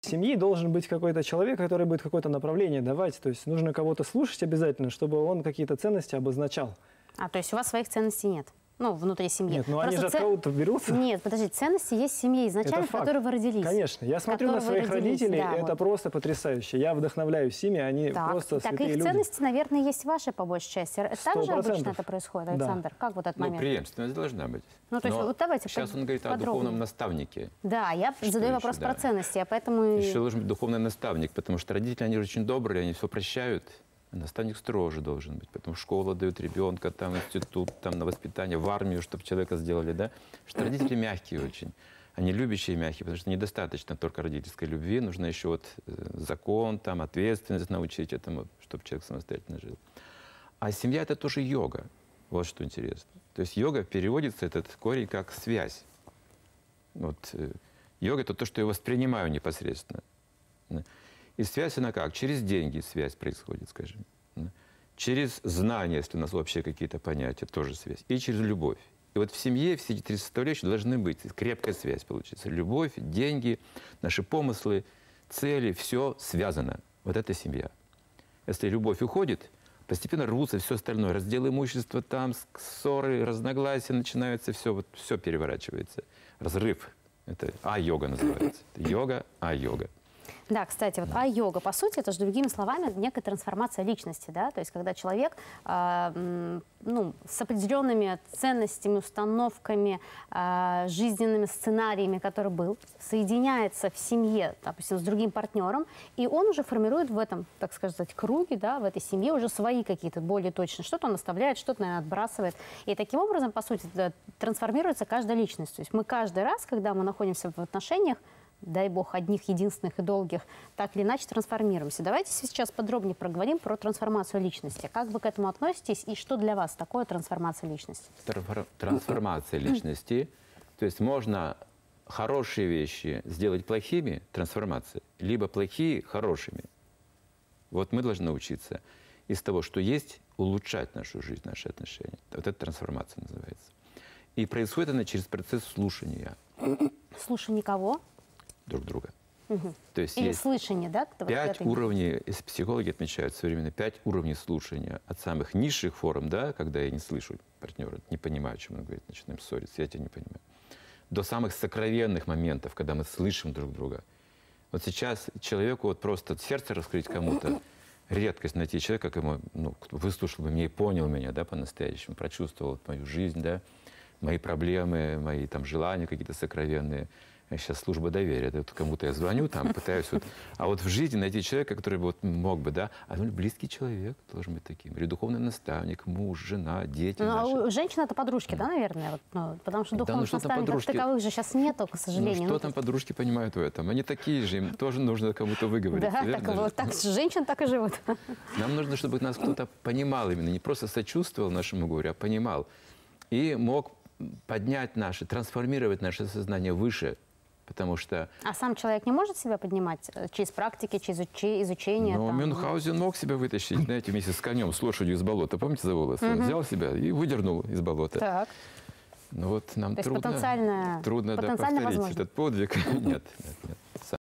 семьи должен быть какой-то человек, который будет какое-то направление давать. То есть нужно кого-то слушать обязательно, чтобы он какие-то ценности обозначал. То есть у вас своих ценностей нет? Ну, внутри семьи. Нет, ну они же от кого-то берутся. Нет, подождите, ценности есть в семье изначально, в которой вы родились. Конечно. Я смотрю на своих родителей, да, это просто потрясающе. Я вдохновляюсь ими, они просто святые люди. Так, их ценности, наверное, есть ваши, по большей части. Так же обычно это происходит, Александр? Да. Как вот этот момент? Преемственность должна быть. Ну, то есть, вот давайте сейчас он говорит о духовном наставнике. Да, я задаю вопрос про ценности, а поэтому... Еще должен быть духовный наставник, потому что родители, они очень добрые, они все прощают. Наставник строже должен быть, потому что школа дает ребенка, там институт, там на воспитание, в армию, чтобы человека сделали, да. Что родители мягкие очень, они любящие и мягкие, потому что недостаточно только родительской любви, нужно еще вот закон, там, ответственность научить этому, чтобы человек самостоятельно жил. А семья — это тоже йога, вот что интересно. То есть йога переводится, этот корень, как связь. Вот, йога — это то, что я воспринимаю непосредственно. И связь, она как? Через деньги связь происходит, скажем. Через знания, если у нас вообще какие-то понятия, тоже связь. И через любовь. И вот в семье все эти три составляющие должны быть. Крепкая связь получится. Любовь, деньги, наши помыслы, цели, все связано. Вот это семья. Если любовь уходит, постепенно рвутся все остальное. Раздел имущества, там ссоры, разногласия начинаются, все, вот, все переворачивается. Разрыв. Это а-йога называется. Йога, а-йога. Да, кстати, вот йога, по сути, это же, другими словами, некая трансформация личности, да, то есть когда человек с определенными ценностями, установками, жизненными сценариями, который был, соединяется в семье, допустим, с другим партнером, и он уже формирует в этом, так сказать, круге, да, в этой семье уже свои какие-то более точные, что-то он оставляет, что-то, наверное, отбрасывает, и таким образом, по сути, трансформируется каждая личность, то есть мы каждый раз, когда мы находимся в отношениях, дай бог, одних, единственных и долгих, так или иначе трансформируемся. Давайте сейчас подробнее проговорим про трансформацию личности. Как вы к этому относитесь и что для вас такое трансформация личности? Трансформация личности. То есть можно хорошие вещи сделать плохими, трансформация, либо плохие хорошими. Вот мы должны научиться из того, что есть, улучшать нашу жизнь, наши отношения. Вот это трансформация называется. И происходит она через процесс слушания. Слушание кого? Друг друга. То есть или слышание, да? 5 уровней, психологи отмечают современно, 5 уровней слушания. От самых низших форм, да, когда я не слышу партнера, не понимаю, о чем он говорит, начинаем ссориться, я тебя не понимаю, до самых сокровенных моментов, когда мы слышим друг друга. Вот сейчас человеку вот просто сердце раскрыть кому-то, редкость найти человека, как ему, кто выслушал бы меня и понял меня, да, по-настоящему, прочувствовал мою жизнь, да, мои проблемы, мои там желания какие-то сокровенные. Сейчас служба доверия. Да, кому-то я звоню, там, пытаюсь... А вот в жизни найти человека, который вот мог бы, да, близкий человек должен быть таким. Или духовный наставник, муж, жена, дети наши. Женщина — это подружки, да, наверное? Вот, потому что духовных наставников таковых же сейчас нету, к сожалению. Что там подружки понимают в этом? Они такие же, им тоже нужно кому-то выговорить. Да, так женщин так и живут. Нам нужно, чтобы нас кто-то понимал именно, не просто сочувствовал нашему горю, а понимал. И мог поднять наше, трансформировать наше сознание выше. Потому что... А сам человек не может себя поднимать через практики, через изучение? Но Мюнхгаузен мог себя вытащить, знаете, вместе с конем, с лошадью из болота. Помните, за волосы? Он взял себя и выдернул из болота. Так. Ну вот нам трудно повторить этот подвиг. Нет.